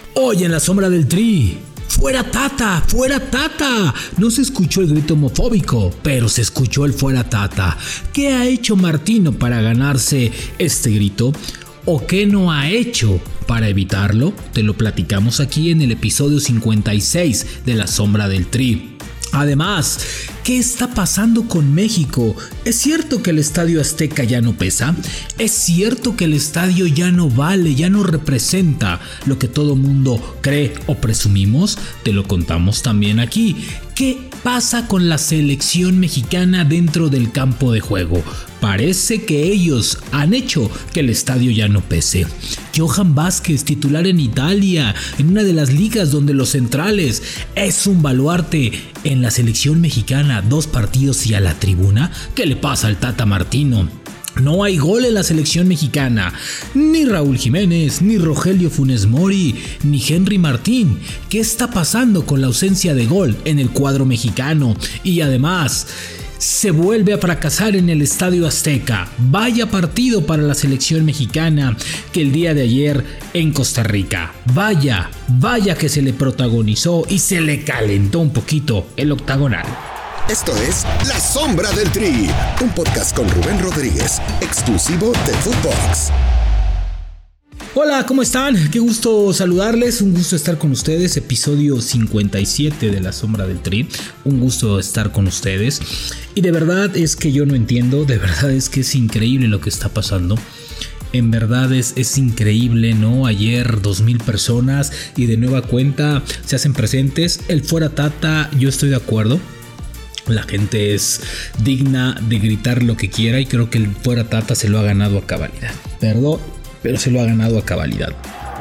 Hoy en la sombra del Tri. ¡Fuera Tata! ¡Fuera Tata! No se escuchó el grito homofóbico, pero se escuchó el fuera Tata. ¿Qué ha hecho Martino para ganarse este grito? ¿O qué no ha hecho para evitarlo? Te lo platicamos aquí en el episodio 56 de La Sombra del Tri. Además, ¿qué está pasando con México? ¿Es cierto que el Estadio Azteca ya no pesa? ¿Es cierto que el estadio ya no vale, ya no representa lo que todo mundo cree o presumimos? Te lo contamos también aquí. ¿Qué pasa con la selección mexicana dentro del campo de juego? Parece que ellos han hecho que el estadio ya no pese. Johan Vázquez, titular en Italia, en una de las ligas donde los centrales es un baluarte en la selección mexicana, 2 partidos y a la tribuna. ¿Qué le pasa al Tata Martino? No hay gol en la selección mexicana, ni Raúl Jiménez, ni Rogelio Funes Mori, ni Henry Martín. ¿Qué está pasando con la ausencia de gol en el cuadro mexicano? Y además, se vuelve a fracasar en el Estadio Azteca. Vaya partido para la selección mexicana que el día de ayer en Costa Rica. Vaya que se le protagonizó y se le calentó un poquito el octagonal. Esto es La Sombra del Tri, un podcast con Rubén Rodríguez, exclusivo de Footbox. Hola, ¿cómo están? Qué gusto saludarles, un gusto estar con ustedes, episodio 57 de La Sombra del Tri, un gusto estar con ustedes. Y de verdad es que yo no entiendo, de verdad es que es increíble lo que está pasando. En verdad es increíble, ¿no? Ayer 2,000 personas y de nueva cuenta se hacen presentes. El fuera Tata, yo estoy de acuerdo. La gente es digna de gritar lo que quiera y creo que el fuera Tata se lo ha ganado a cabalidad. Perdón, pero se lo ha ganado a cabalidad.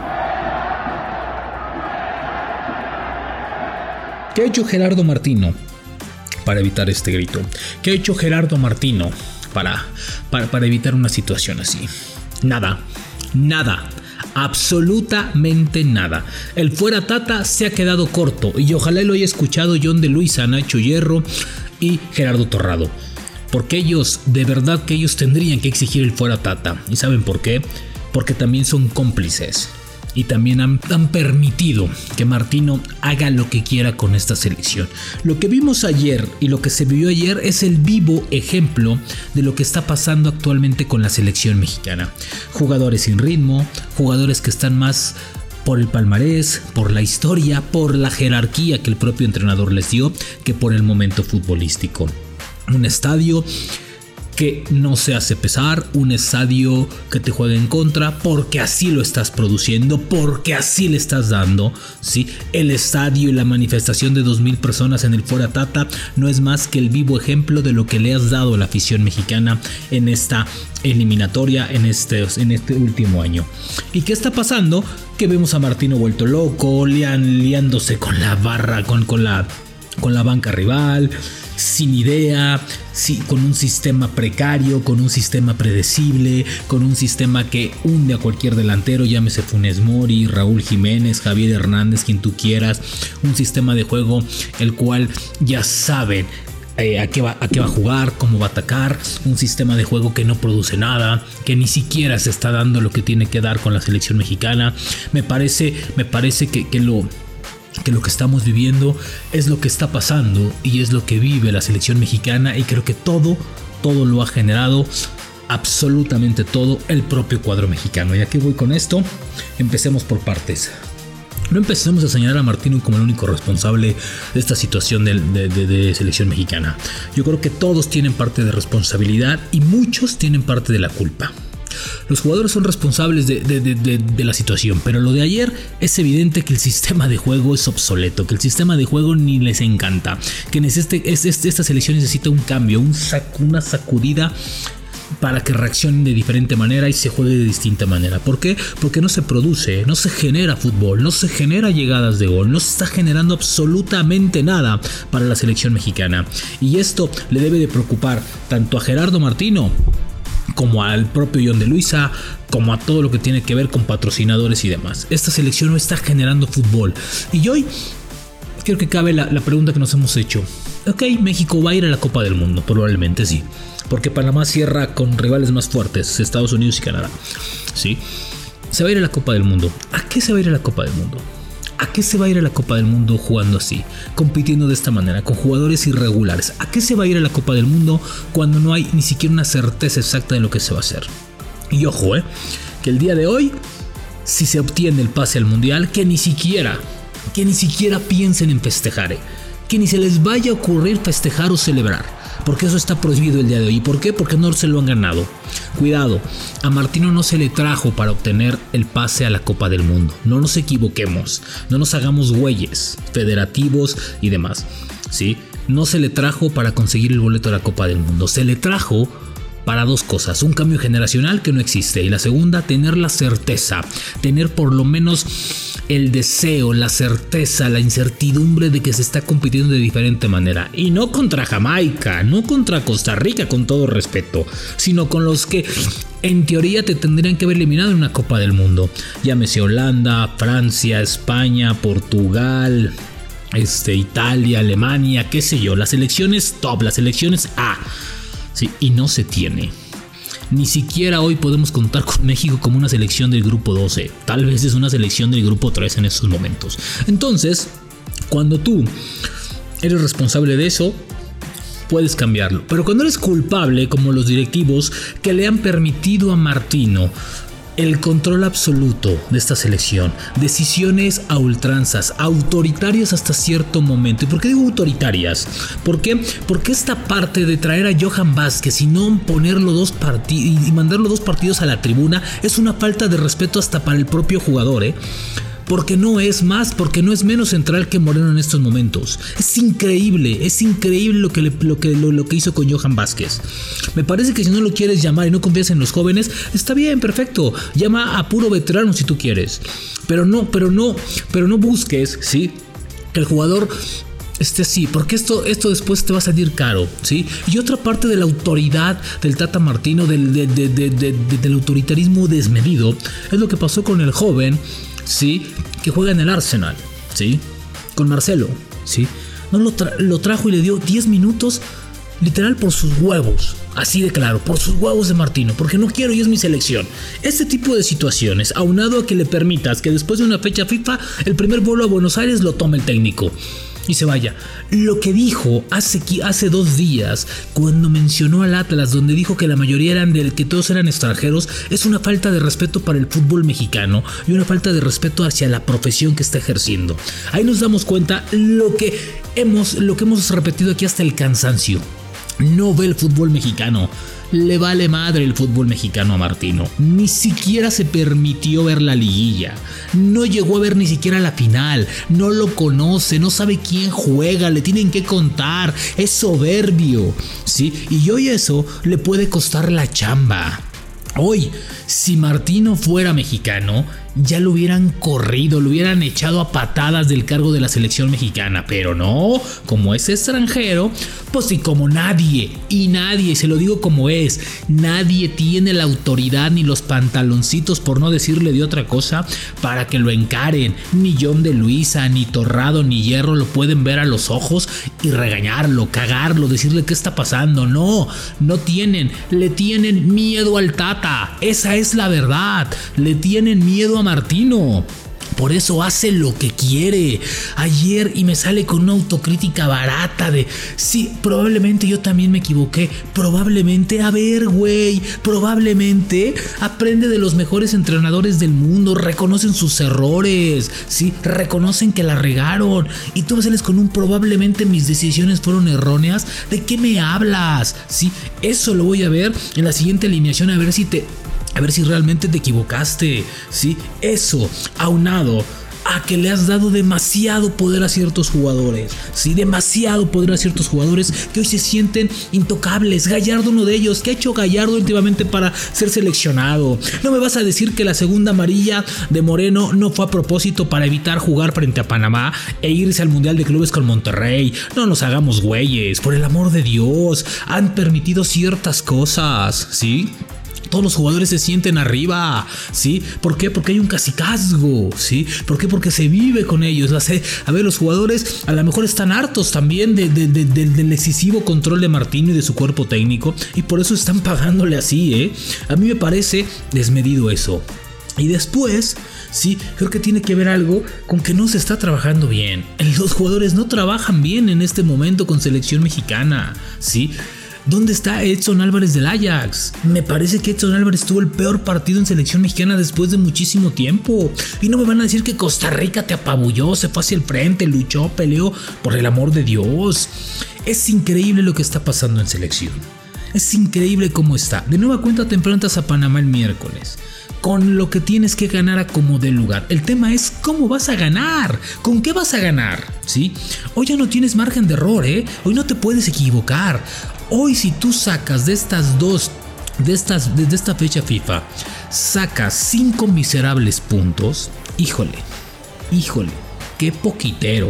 ¿Qué ha hecho Gerardo Martino para evitar este grito? ¿Qué ha hecho Gerardo Martino para evitar una situación así? Nada. Absolutamente nada. El fuera Tata se ha quedado corto y ojalá lo haya escuchado John de Luisa, Nacho Hierro y Gerardo Torrado, porque ellos, de verdad que ellos tendrían que exigir el fuera Tata. ¿Y saben por qué? Porque también son cómplices y también han permitido que Martino haga lo que quiera con esta selección. Lo que vimos ayer y lo que se vivió ayer es el vivo ejemplo de lo que está pasando actualmente con la selección mexicana. Jugadores sin ritmo, jugadores que están más por el palmarés, por la historia, por la jerarquía que el propio entrenador les dio, que por el momento futbolístico. Un estadio que no se hace pesar, un estadio que te juega en contra porque así lo estás produciendo, porque así le estás dando, ¿sí? El estadio y la manifestación de 2,000 personas en el fuera Tata no es más que el vivo ejemplo de lo que le has dado a la afición mexicana en esta eliminatoria, en este último año. ¿Y qué está pasando? Que vemos a Martino vuelto loco, liándose con la barra, con la banca rival, sin idea, con un sistema precario, con un sistema predecible, con un sistema que hunde a cualquier delantero, llámese Funes Mori, Raúl Jiménez, Javier Hernández, quien tú quieras. Un sistema de juego el cual ya saben a qué va a jugar, cómo va a atacar. Un sistema de juego que no produce nada, que ni siquiera se está dando lo que tiene que dar con la selección mexicana. Me parece que lo que estamos viviendo es lo que está pasando y es lo que vive la selección mexicana, y creo que todo lo ha generado, absolutamente todo, el propio cuadro mexicano. ¿Y a qué voy con esto? Empecemos por partes. No empecemos a señalar a Martino como el único responsable de esta situación de selección mexicana. Yo creo que todos tienen parte de responsabilidad y muchos tienen parte de la culpa. Los jugadores son responsables de la situación, pero lo de ayer es evidente que el sistema de juego es obsoleto, que el sistema de juego ni les encanta, que esta selección necesita un cambio, una sacudida para que reaccionen de diferente manera y se juegue de distinta manera. ¿Por qué? Porque no se produce, no se genera fútbol, no se genera llegadas de gol, no se está generando absolutamente nada para la selección mexicana. Y esto le debe de preocupar tanto a Gerardo Martino como al propio John de Luisa, como a todo lo que tiene que ver con patrocinadores y demás. Esta selección no está generando fútbol. Y hoy creo que cabe la pregunta que nos hemos hecho. Ok, México va a ir a la Copa del Mundo, probablemente sí, porque Panamá cierra con rivales más fuertes, Estados Unidos y Canadá. Sí, se va a ir a la Copa del Mundo. ¿A qué se va a ir a la Copa del Mundo? ¿A qué se va a ir a la Copa del Mundo jugando así? Compitiendo de esta manera, con jugadores irregulares. ¿A qué se va a ir a la Copa del Mundo cuando no hay ni siquiera una certeza exacta de lo que se va a hacer? Y ojo, que el día de hoy, si se obtiene el pase al Mundial, que ni siquiera piensen en festejar, que ni se les vaya a ocurrir festejar o celebrar. Porque eso está prohibido el día de hoy. ¿Y por qué? Porque no se lo han ganado. Cuidado, a Martino no se le trajo para obtener el pase a la Copa del Mundo. No nos equivoquemos, no nos hagamos güeyes, federativos y demás, ¿sí? No se le trajo para conseguir el boleto a la Copa del Mundo. Se le trajo para dos cosas: un cambio generacional que no existe, y la segunda, tener la certeza, tener por lo menos el deseo, la certeza, la incertidumbre de que se está compitiendo de diferente manera. Y no contra Jamaica, no contra Costa Rica, con todo respeto, sino con los que en teoría te tendrían que haber eliminado en una Copa del Mundo. Llámese Holanda, Francia, España, Portugal, Italia, Alemania, qué sé yo, las selecciones top, las selecciones A. Sí, y no se tiene. Ni siquiera hoy podemos contar con México como una selección del grupo 12. Tal vez es una selección del grupo 3 en estos momentos. Entonces, cuando tú eres responsable de eso, puedes cambiarlo. Pero cuando eres culpable, como los directivos que le han permitido a Martino el control absoluto de esta selección, decisiones a ultranzas, autoritarias hasta cierto momento. ¿Y por qué digo autoritarias? ¿Por qué? Porque esta parte de traer a Johan Vázquez y no ponerlo y mandarlo 2 partidos a la tribuna es una falta de respeto hasta para el propio jugador, porque no es más, porque no es menos central que Moreno en estos momentos. Es increíble lo que hizo con Johan Vázquez. Me parece que si no lo quieres llamar y no confías en los jóvenes, está bien, perfecto. Llama a puro veterano si tú quieres. Pero no busques, ¿sí?, que el jugador esté así, porque esto después te va a salir caro, ¿sí? Y otra parte de la autoridad del Tata Martino, del autoritarismo desmedido, es lo que pasó con el joven, ¿sí?, que juega en el Arsenal, ¿sí?, con Marcelo, ¿sí? No lo trajo y le dio 10 minutos literal por sus huevos, así de claro, por sus huevos de Martino, porque no quiero y es mi selección. Este tipo de situaciones, aunado a que le permitas que después de una fecha FIFA el primer vuelo a Buenos Aires lo tome el técnico y se vaya. Lo que dijo hace 2 días, cuando mencionó al Atlas, donde dijo que la mayoría que todos eran extranjeros, es una falta de respeto para el fútbol mexicano y una falta de respeto hacia la profesión que está ejerciendo. Ahí nos damos cuenta lo que hemos repetido aquí hasta el cansancio. No ve el fútbol mexicano. Le vale madre el fútbol mexicano a Martino. Ni siquiera se permitió ver la liguilla. No llegó a ver ni siquiera la final. No lo conoce, no sabe quién juega, le tienen que contar. Es soberbio, ¿sí? Y hoy eso le puede costar la chamba. Hoy, si Martino fuera mexicano, ya lo hubieran corrido, lo hubieran echado a patadas del cargo de la selección mexicana, pero no, como es extranjero, pues y como nadie, se lo digo como es, nadie tiene la autoridad ni los pantaloncitos, por no decirle de otra cosa, para que lo encaren. Ni John de Luisa, ni Torrado, ni Hierro lo pueden ver a los ojos y regañarlo, cagarlo, decirle qué está pasando. No tienen, le tienen miedo al Tata, esa es la verdad, le tienen miedo a Martino. Por eso hace lo que quiere. Ayer y me sale con una autocrítica barata de sí, probablemente yo también me equivoqué. Probablemente, a ver, güey, probablemente aprende de los mejores entrenadores del mundo. Reconocen sus errores, sí, reconocen que la regaron. Y tú me sales con un probablemente mis decisiones fueron erróneas. ¿De qué me hablas? Sí, eso lo voy a ver en la siguiente alineación, a ver si realmente te equivocaste, ¿sí? Eso, aunado a que le has dado demasiado poder a ciertos jugadores, ¿sí? Demasiado poder a ciertos jugadores que hoy se sienten intocables. Gallardo, uno de ellos. ¿Qué ha hecho Gallardo últimamente para ser seleccionado? No me vas a decir que la segunda amarilla de Moreno no fue a propósito para evitar jugar frente a Panamá e irse al Mundial de Clubes con Monterrey. No nos hagamos güeyes, por el amor de Dios. Han permitido ciertas cosas, ¿sí? Todos los jugadores se sienten arriba, ¿sí? ¿Por qué? Porque hay un cacicazgo, ¿sí? ¿Por qué? Porque se vive con ellos. A ver, los jugadores a lo mejor están hartos también del excesivo control de Martino y de su cuerpo técnico, y por eso están pagándole así, ¿eh? A mí me parece desmedido eso. Y después, sí, creo que tiene que ver algo con que no se está trabajando bien. Los jugadores no trabajan bien en este momento con selección mexicana, ¿sí? ¿Dónde está Edson Álvarez del Ajax? Me parece que Edson Álvarez tuvo el peor partido en selección mexicana después de muchísimo tiempo. Y no me van a decir que Costa Rica te apabulló, se fue hacia el frente, luchó, peleó. Por el amor de Dios. Es increíble lo que está pasando en selección. Es increíble cómo está. De nueva cuenta te enfrentas a Panamá el miércoles. Con lo que tienes que ganar a como dé lugar. El tema es cómo vas a ganar. ¿Con qué vas a ganar? ¿Sí? Hoy ya no tienes margen de error, ¿eh? Hoy no te puedes equivocar. Hoy si tú sacas de estas dos, desde esta fecha FIFA, sacas 5 miserables puntos. Híjole, qué poquitero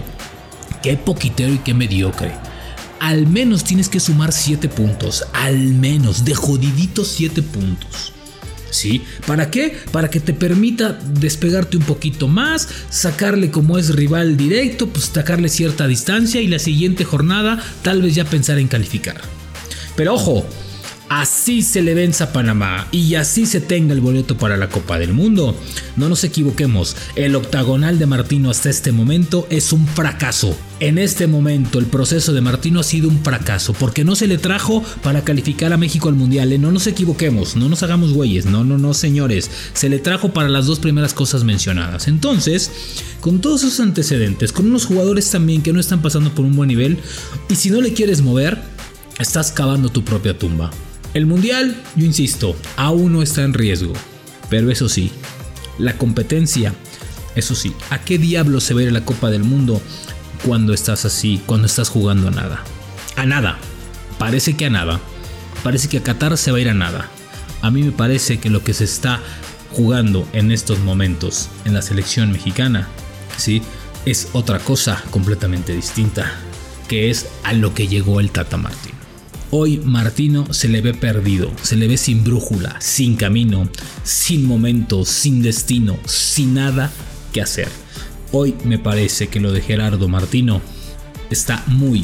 y qué mediocre. Al menos tienes que sumar 7 puntos. Al menos, de jodiditos 7 puntos. ¿Sí? ¿Para qué? Para que te permita despegarte un poquito más, sacarle como es rival directo, pues sacarle cierta distancia y la siguiente jornada tal vez ya pensar en calificar. Pero ojo, así se le vence a Panamá y así se tenga el boleto para la Copa del Mundo. No nos equivoquemos, el octagonal de Martino hasta este momento es un fracaso. En este momento el proceso de Martino ha sido un fracaso porque no se le trajo para calificar a México al Mundial. No nos equivoquemos, no nos hagamos güeyes, no señores. Se le trajo para las 2 primeras cosas mencionadas. Entonces, con todos esos antecedentes, con unos jugadores también que no están pasando por un buen nivel, y si no le quieres mover, estás cavando tu propia tumba. El Mundial, yo insisto, aún no está en riesgo. Pero eso sí, la competencia, eso sí, ¿a qué diablo se va a ir la Copa del Mundo cuando estás así, cuando estás jugando a nada? A nada. Parece que a nada. Parece que a Qatar se va a ir a nada. A mí me parece que lo que se está jugando en estos momentos en la selección mexicana, ¿sí?, es otra cosa completamente distinta, que es a lo que llegó el Tata Martino. Hoy Martino se le ve perdido, se le ve sin brújula, sin camino, sin momento, sin destino, sin nada que hacer. Hoy me parece que lo de Gerardo Martino está muy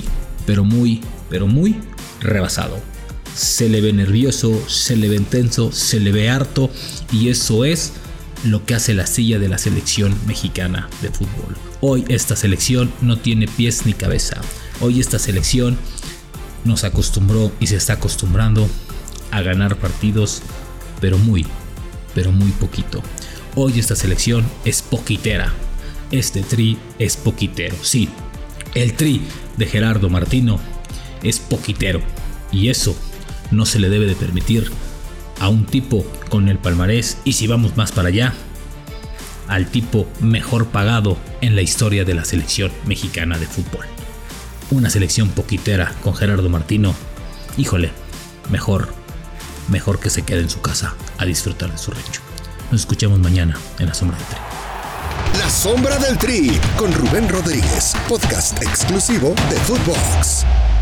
rebasado. Se le ve nervioso, se le ve tenso, se le ve harto, y eso es lo que hace la silla de la selección mexicana de fútbol. Hoy esta selección no tiene pies ni cabeza. Hoy esta selección nos acostumbró y se está acostumbrando a ganar partidos, pero muy poquito. Hoy esta selección es poquitera. Este tri es poquitero. Sí, el tri de Gerardo Martino es poquitero. Y eso no se le debe de permitir a un tipo con el palmarés, y si vamos más para allá, al tipo mejor pagado en la historia de la selección mexicana de fútbol. Una selección poquitera con Gerardo Martino, híjole, mejor que se quede en su casa a disfrutar de su rancho. Nos escuchamos mañana en La Sombra del Tri. La Sombra del Tri con Rubén Rodríguez, podcast exclusivo de Footbox.